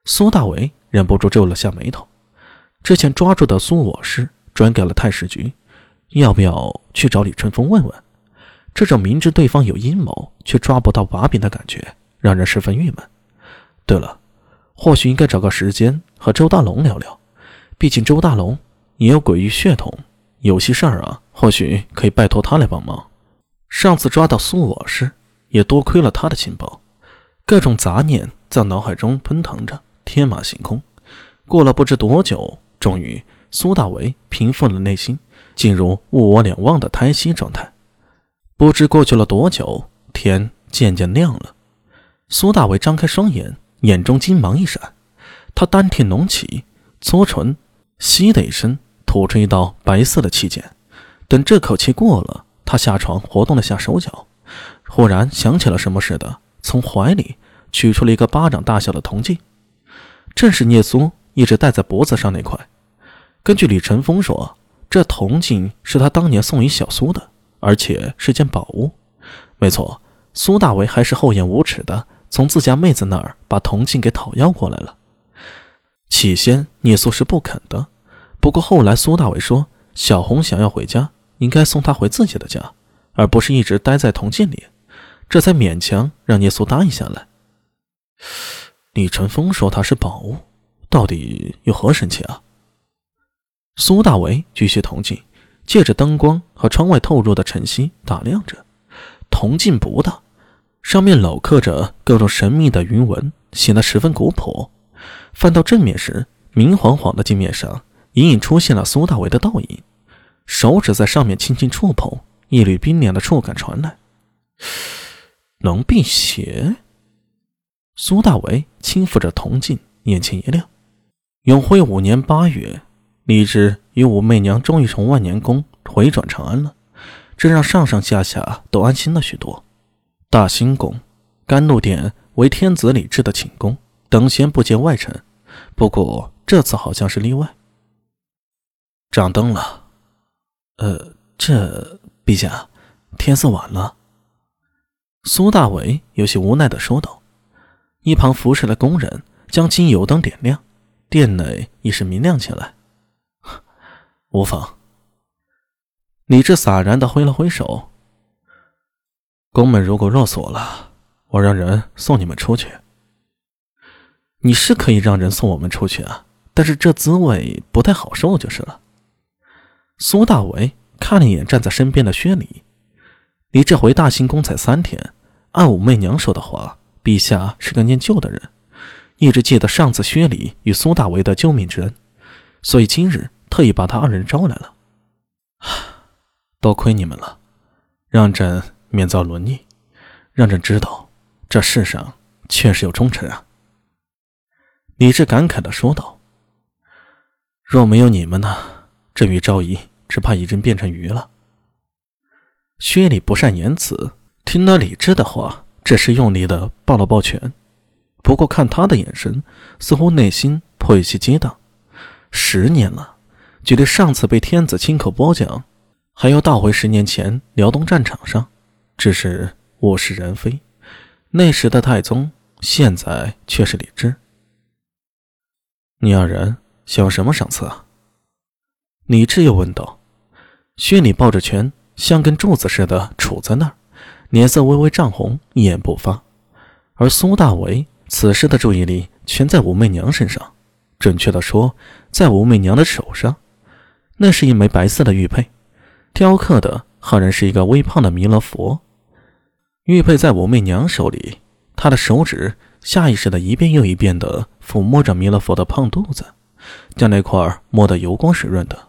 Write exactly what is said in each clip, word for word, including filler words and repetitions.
苏大为忍不住皱了下眉头。之前抓住的苏我师转给了太史局，要不要去找李春风问问？这种明知对方有阴谋却抓不到把柄的感觉让人十分郁闷。对了，或许应该找个时间和周大龙聊聊，毕竟周大龙也有鬼域血统，有些事儿啊，或许可以拜托他来帮忙。上次抓到苏我师也多亏了他的情报。各种杂念在脑海中奔腾着，天马行空。过了不知多久，终于苏大为平复了内心，进入物我两忘的胎息状态。不知过去了多久，天渐渐亮了。苏大为张开双眼，眼中金芒一闪，他丹田隆起，搓唇，吸的一声吐出一道白色的气剑。等这口气过了，他下床活动了下手脚，忽然想起了什么似的，从怀里取出了一个巴掌大小的铜镜，正是聂苏一直戴在脖子上那块。根据李晨风说，这铜镜是他当年送给小苏的，而且是件宝物。没错，苏大为还是厚颜无耻的从自家妹子那儿把铜镜给讨要过来了。起先聂苏是不肯的，不过后来苏大为说小红想要回家，应该送她回自己的家，而不是一直待在铜镜里，这才勉强让聂苏答应下来。李晨风说它是宝物，到底有何神奇啊？苏大为举起铜镜，借着灯光和窗外透入的晨曦打量着。铜镜不大，上面镂刻着各种神秘的云纹，显得十分古朴。翻到正面时，明晃晃的镜面上隐隐出现了苏大为的倒影，手指在上面轻轻触碰，一缕冰凉的触感传来。能辟邪？苏大为轻抚着铜镜，眼前一亮。永徽五年八月，李治与武媚娘终于从万年宫回转长安了，这让上上下下都安心了许多。大兴宫、甘露殿为天子李治的寝宫，等闲不见外臣，不过这次好像是例外。掌灯了。呃，这陛下，天色晚了。苏大为有些无奈地说道。一旁服侍的工人将金油灯点亮，殿内已是明亮起来。无妨。李治洒然地挥了挥手。宫门如果落锁了，我让人送你们出去。你是可以让人送我们出去啊，但是这滋味不太好受就是了。苏大为看了一眼站在身边的薛礼。离这回大兴宫才三天，按武媚娘说的话，陛下是个念旧的人，一直记得上次薛礼与苏大为的救命之恩，所以今日特意把他二人招来了。多亏你们了，让朕免遭沦意，让朕知道这世上确实有忠臣啊。李治感慨地说道。若没有你们呢，朕与昭仪只怕已经变成鱼了。薛礼不善言辞，听了李治的话，只是用力地抱了抱拳。不过看他的眼神，似乎内心颇有些激荡。十年了，距离上次被天子亲口褒奖，还要倒回十年前辽东战场上，只是物是人非。那时的太宗，现在却是李治。你二人想要什么赏赐啊？李治又问道。薛礼抱着拳，像根柱子似的杵在那儿，脸色微微涨红，一言不发。而苏大为此时的注意力全在武媚娘身上，准确地说，在武媚娘的手上。那是一枚白色的玉佩，雕刻的好像是一个微胖的弥勒佛。玉佩在武媚娘手里，她的手指下意识地一遍又一遍地抚摸着弥勒佛的胖肚子，将那块摸得油光湿润的。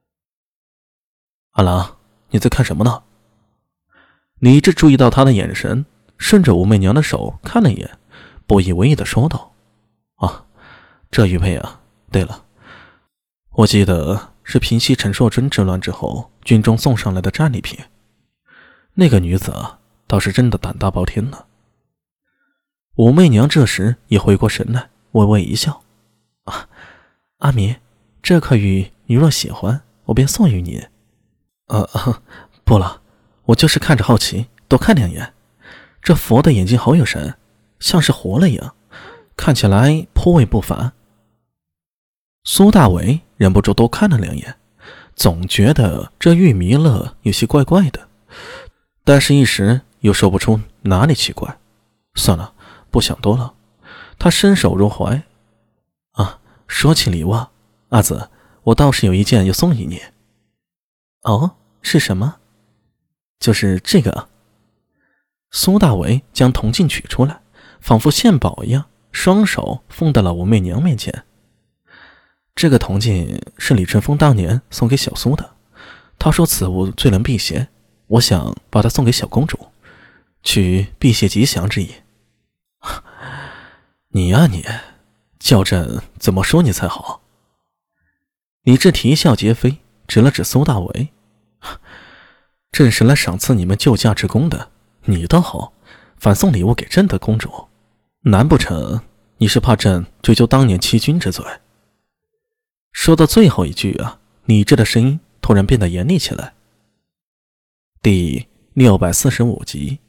阿郎，你在看什么呢？李治注意到他的眼神，顺着武媚娘的手看了一眼，不以为意地说道。啊，这玉佩啊，对了，我记得是平西陈硕贞之乱之后军中送上来的战利品。那个女子啊，倒是真的胆大包天呢。武媚娘这时也回过神来，微微一笑。啊，阿弥，这块玉你若喜欢，我便送与你。呃，不了，我就是看着好奇，多看两眼。这佛的眼睛好有神，像是活了一样， 看起来颇为不凡。苏大为忍不住多看了两眼，总觉得这玉弥勒有些怪怪的，但是一时又说不出哪里奇怪。算了，不想多了。他伸手入怀，啊，说起礼物，阿紫，我倒是有一件要送给你。哦，是什么？就是这个。苏大为将铜镜取出来，仿佛献宝一样，双手奉到了武媚娘面前。这个铜镜是李春风当年送给小苏的，他说此物最能辟邪，我想把它送给小公主，取辟邪吉祥之意。你呀、啊、你，叫朕怎么说你才好？李治啼笑皆非，指了指苏大为，朕是来赏赐你们救驾之功的，你倒好，反送礼物给朕的公主，难不成你是怕朕追究当年欺君之罪？说到最后一句啊，李治的声音突然变得严厉起来。第六百四十五集。